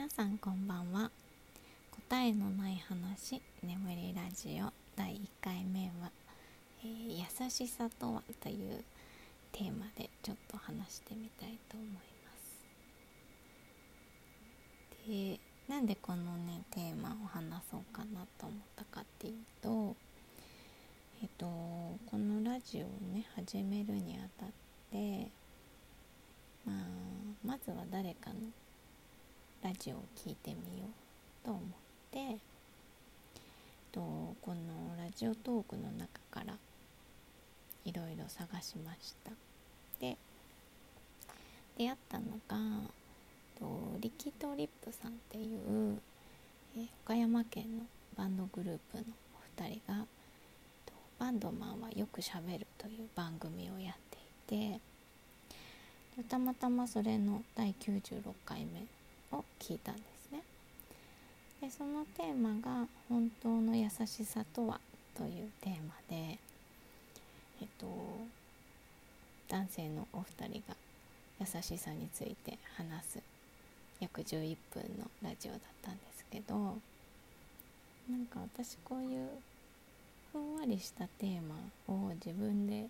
皆さんこんばんは。答えのない話眠りラジオ第1回目は、優しさとはというテーマでちょっと話してみたいと思います。で、なんでこのねテーマを話そうかなと思ったかっていうと、このラジオをね始めるにあたって、まずは誰かのラジオを聞いてみようと思って、このラジオトークの中からいろいろ探しました。で、出会ったのがリキトリップさんっていう、岡山県のバンドグループのお二人がバンドマンはよくしゃべるという番組をやっていて、たまたまそれの第96回目を聞いたんですね。で、そのテーマが本当の優しさとはというテーマで、男性のお二人が優しさについて話す約11分のラジオだったんですけど、なんか私こういうふんわりしたテーマを自分で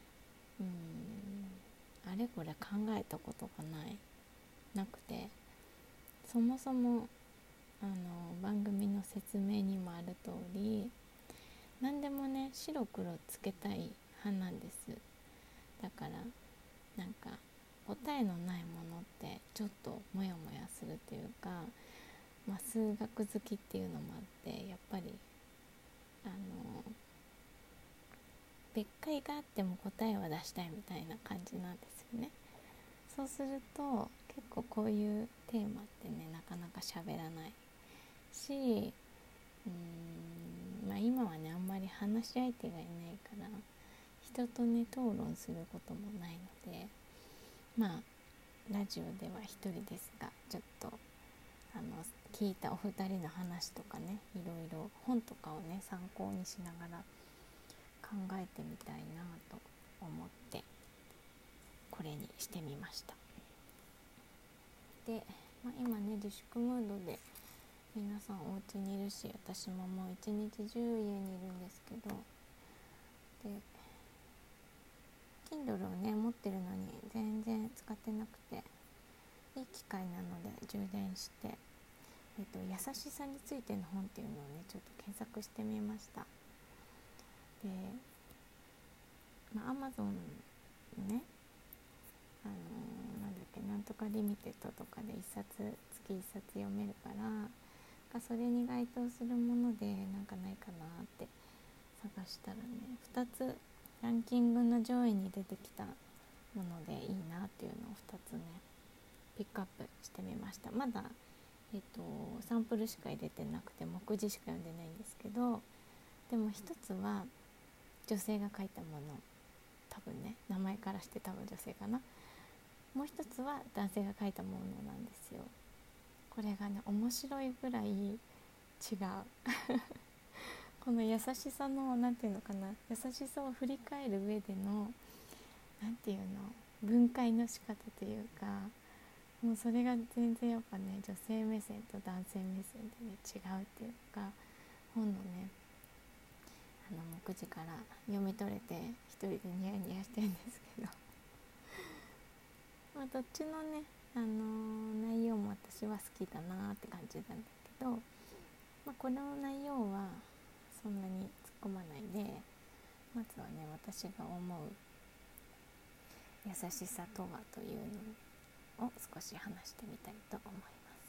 あれこれ考えたことがなくて、そもそも番組の説明にもある通り、何でもね白黒つけたい派なんです。だからなんか答えのないものってちょっとモヤモヤするというか、数学好きっていうのもあって、やっぱり別解があっても答えは出したいみたいな感じなんですよね。そうすると結構こういうテーマってねなかなか喋らないし、今はねあんまり話し相手がいないから人とね討論することもないので、ラジオでは一人ですが、ちょっと聞いたお二人の話とかね、いろいろ本とかをね参考にしながら考えてみたいなと思ってこれにしてみました。で、今ね自粛ムードで皆さんお家にいるし、私ももう一日中家にいるんですけど、で Kindle をね持ってるのに全然使ってなくて、いい機会なので充電して、優しさについての本っていうのをねちょっと検索してみました。で、Amazon ね、なんとかリミテッドとかで月1冊読めるから、それに該当するものでなんかないかなって探したらね、2つランキングの上位に出てきたものでいいなっていうのを2つねピックアップしてみました。まだサンプルしか入れてなくて目次しか読んでないんですけど、でも一つは女性が書いたもの、多分ね名前からして多分女性かな。もう一つは男性が書いたものなんですよ。これがね面白いぐらい違うこの優しさのなんていうのかな、優しさを振り返る上でのなんていうの、分解の仕方というか、もうそれが全然やっぱね女性目線と男性目線でね違うっていうか、本のね目次から読み取れて一人でニヤニヤしてるんですけどどっちのね、内容も私は好きだなって感じなんだけど、この内容はそんなに突っ込まないで、まずはね私が思う優しさとはというのを少し話してみたいと思い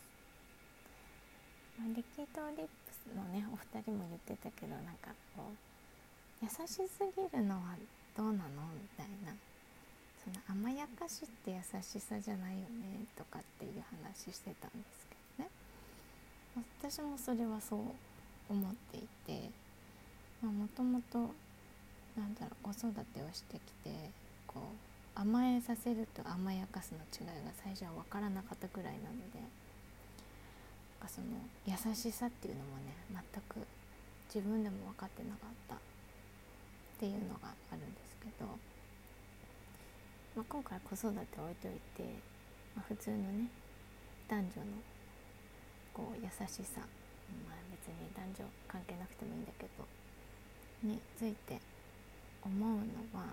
ます。リキとリップスのねお二人も言ってたけど、なんかこう優しすぎるのはどうなのみたいな、その甘やかしって優しさじゃないよねとかっていう話してたんですけどね、私もそれはそう思っていて、もともと子育てをしてきて、こう甘えさせると甘やかすの違いが最初は分からなかったくらいなので、その優しさっていうのもね全く自分でも分かってなかったっていうのがあるんですけど、今回子育てを置いておいて、普通のね男女のこう優しさ、別に男女関係なくてもいいんだけどについて思うのは、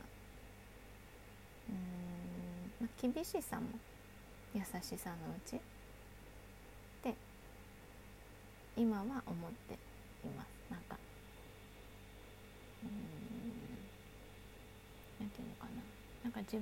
厳しさも優しさのうちって今は思っています。なんていうのかな、自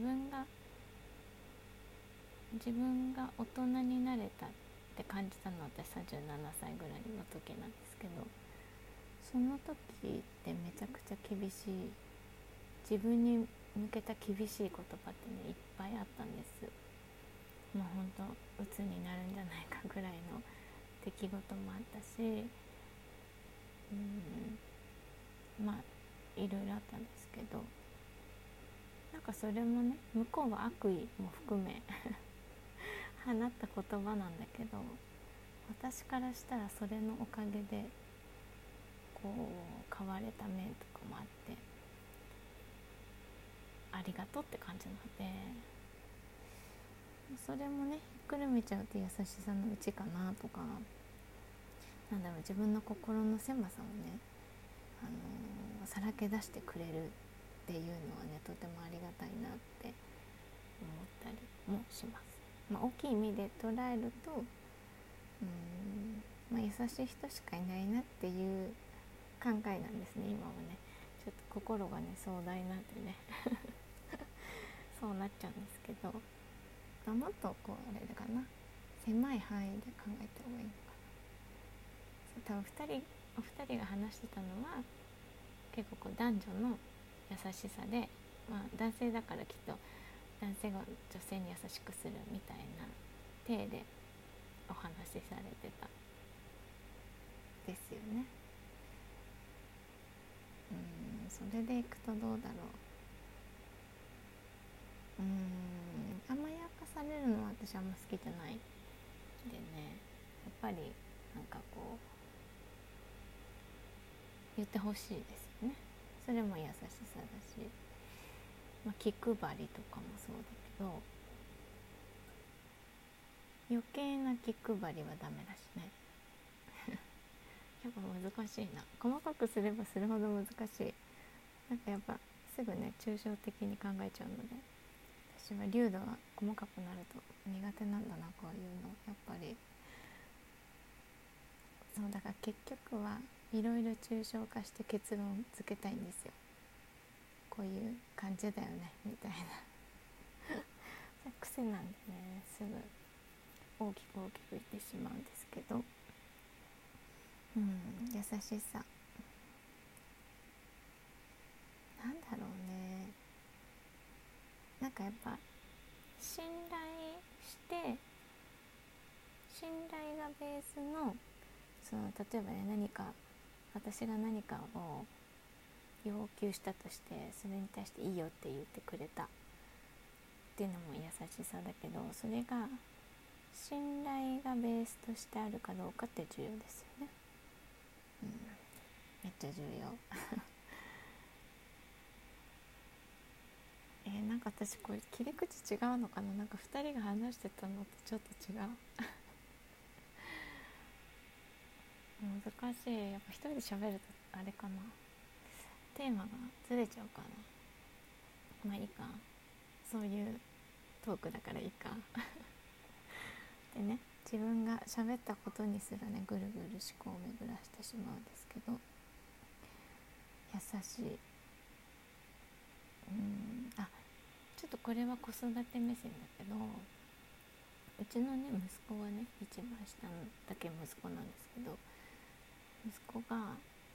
分が大人になれたって感じたのは私37歳ぐらいの時なんですけど、その時ってめちゃくちゃ厳しい、自分に向けた厳しい言葉ってねいっぱいあったんです。もうほんと鬱になるんじゃないかぐらいの出来事もあったし、いろいろあったんですけど、それもね、向こうは悪意も含め放った言葉なんだけど、私からしたらそれのおかげでこう変われた面とかもあって、ありがとうって感じなので、それもねひっくるめちゃうと優しさのうちかなとか、自分の心の狭さをね、さらけ出してくれるっていうのはね、とてもありがたいなって思ったりもします。大きい意味で捉えると、優しい人しかいないなっていう考えなんですね、今はね。ちょっと心がね壮大なんでねそうなっちゃうんですけど、もっとこうあれだかな、狭い範囲で考えた方がいいのかな。多分お二人が話してたのは結構こう男女の優しさで、男性だからきっと男性が女性に優しくするみたいな体でお話しされてたですよね。それでいくとどうだろう。甘やかされるのは私あんま好きじゃないでね、やっぱりこう言ってほしいですよね。それも優しさだし、気配りとかもそうだけど、余計な気配りはダメだしねやっぱ難しいな、細かくすればするほど難しい。やっぱすぐね抽象的に考えちゃうので、私は流度が細かくなると苦手なんだな、こういうのやっぱり。そうだから結局はいろいろ抽象化して結論付けたいんですよ。こういう感じだよねみたいな癖なんでね、すぐ大きく言ってしまうんですけど、優しさなんだろうね。やっぱ信頼して信頼がベースの、例えばね、私が何かを要求したとして、それに対していいよって言ってくれたっていうのも優しさだけど、それが信頼がベースとしてあるかどうかって重要ですよね。めっちゃ重要私これ切り口違うのかな、2人が話してたのとちょっと違う難しい。やっぱ一人で喋るとあれかな、テーマがずれちゃうかな。いいか、そういうトークだからいいかでね、自分が喋ったことにすらねぐるぐる思考を巡らしてしまうんですけど、優しい、ちょっとこれは子育て目線だけど、うちのね息子はね、一番下のだけ息子なんですけど、息子が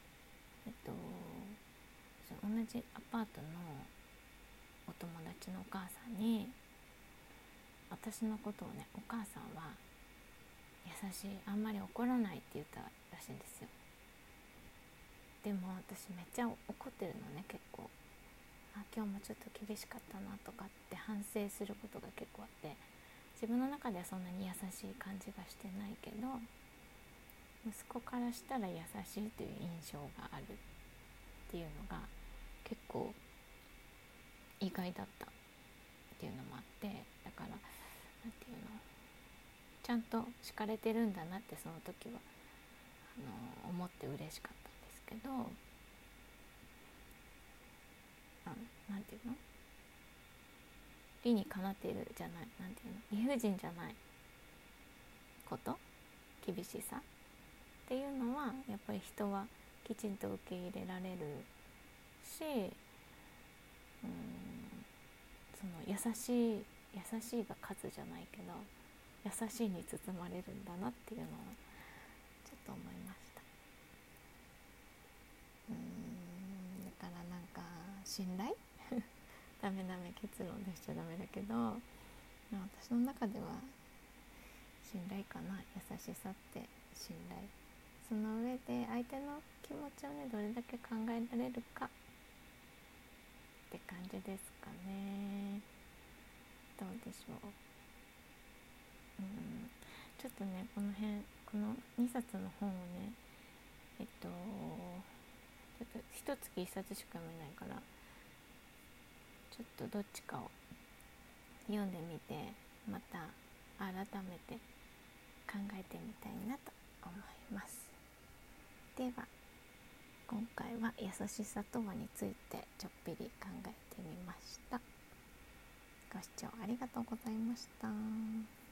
同じアパートのお友達のお母さんに、私のことをね、お母さんは優しい、あんまり怒らないって言ったらしいんですよ。でも私めっちゃ怒ってるのね、結構。今日もちょっと厳しかったなとかって反省することが結構あって、自分の中ではそんなに優しい感じがしてないけど、息子からしたら優しいという印象があるっていうのが結構意外だったっていうのもあって、だからなんていうの、 ちゃんと敷かれてるんだなってその時は思って嬉しかったんですけど、なんていうの、理にかなっているじゃない、なんていうの、理不尽じゃないこと、厳しさっていうのはやっぱり人はきちんと受け入れられるし、その優しいが数じゃないけど優しいに包まれるんだなっていうのはちょっと思いました。だからなんか信頼ダメ結論でしちゃダメだけど、私の中では信頼かな。優しさって信頼、その上で相手の気持ちをねどれだけ考えられるかって感じですかね。どうでしょう。ちょっとねこの2冊の本をねちょっと一月1冊しか読めないからちょっとどっちかを読んでみてまた改めて考えてみたいなと思います。では今回は優しさとはについてちょっぴり考えてみました。ご視聴ありがとうございました。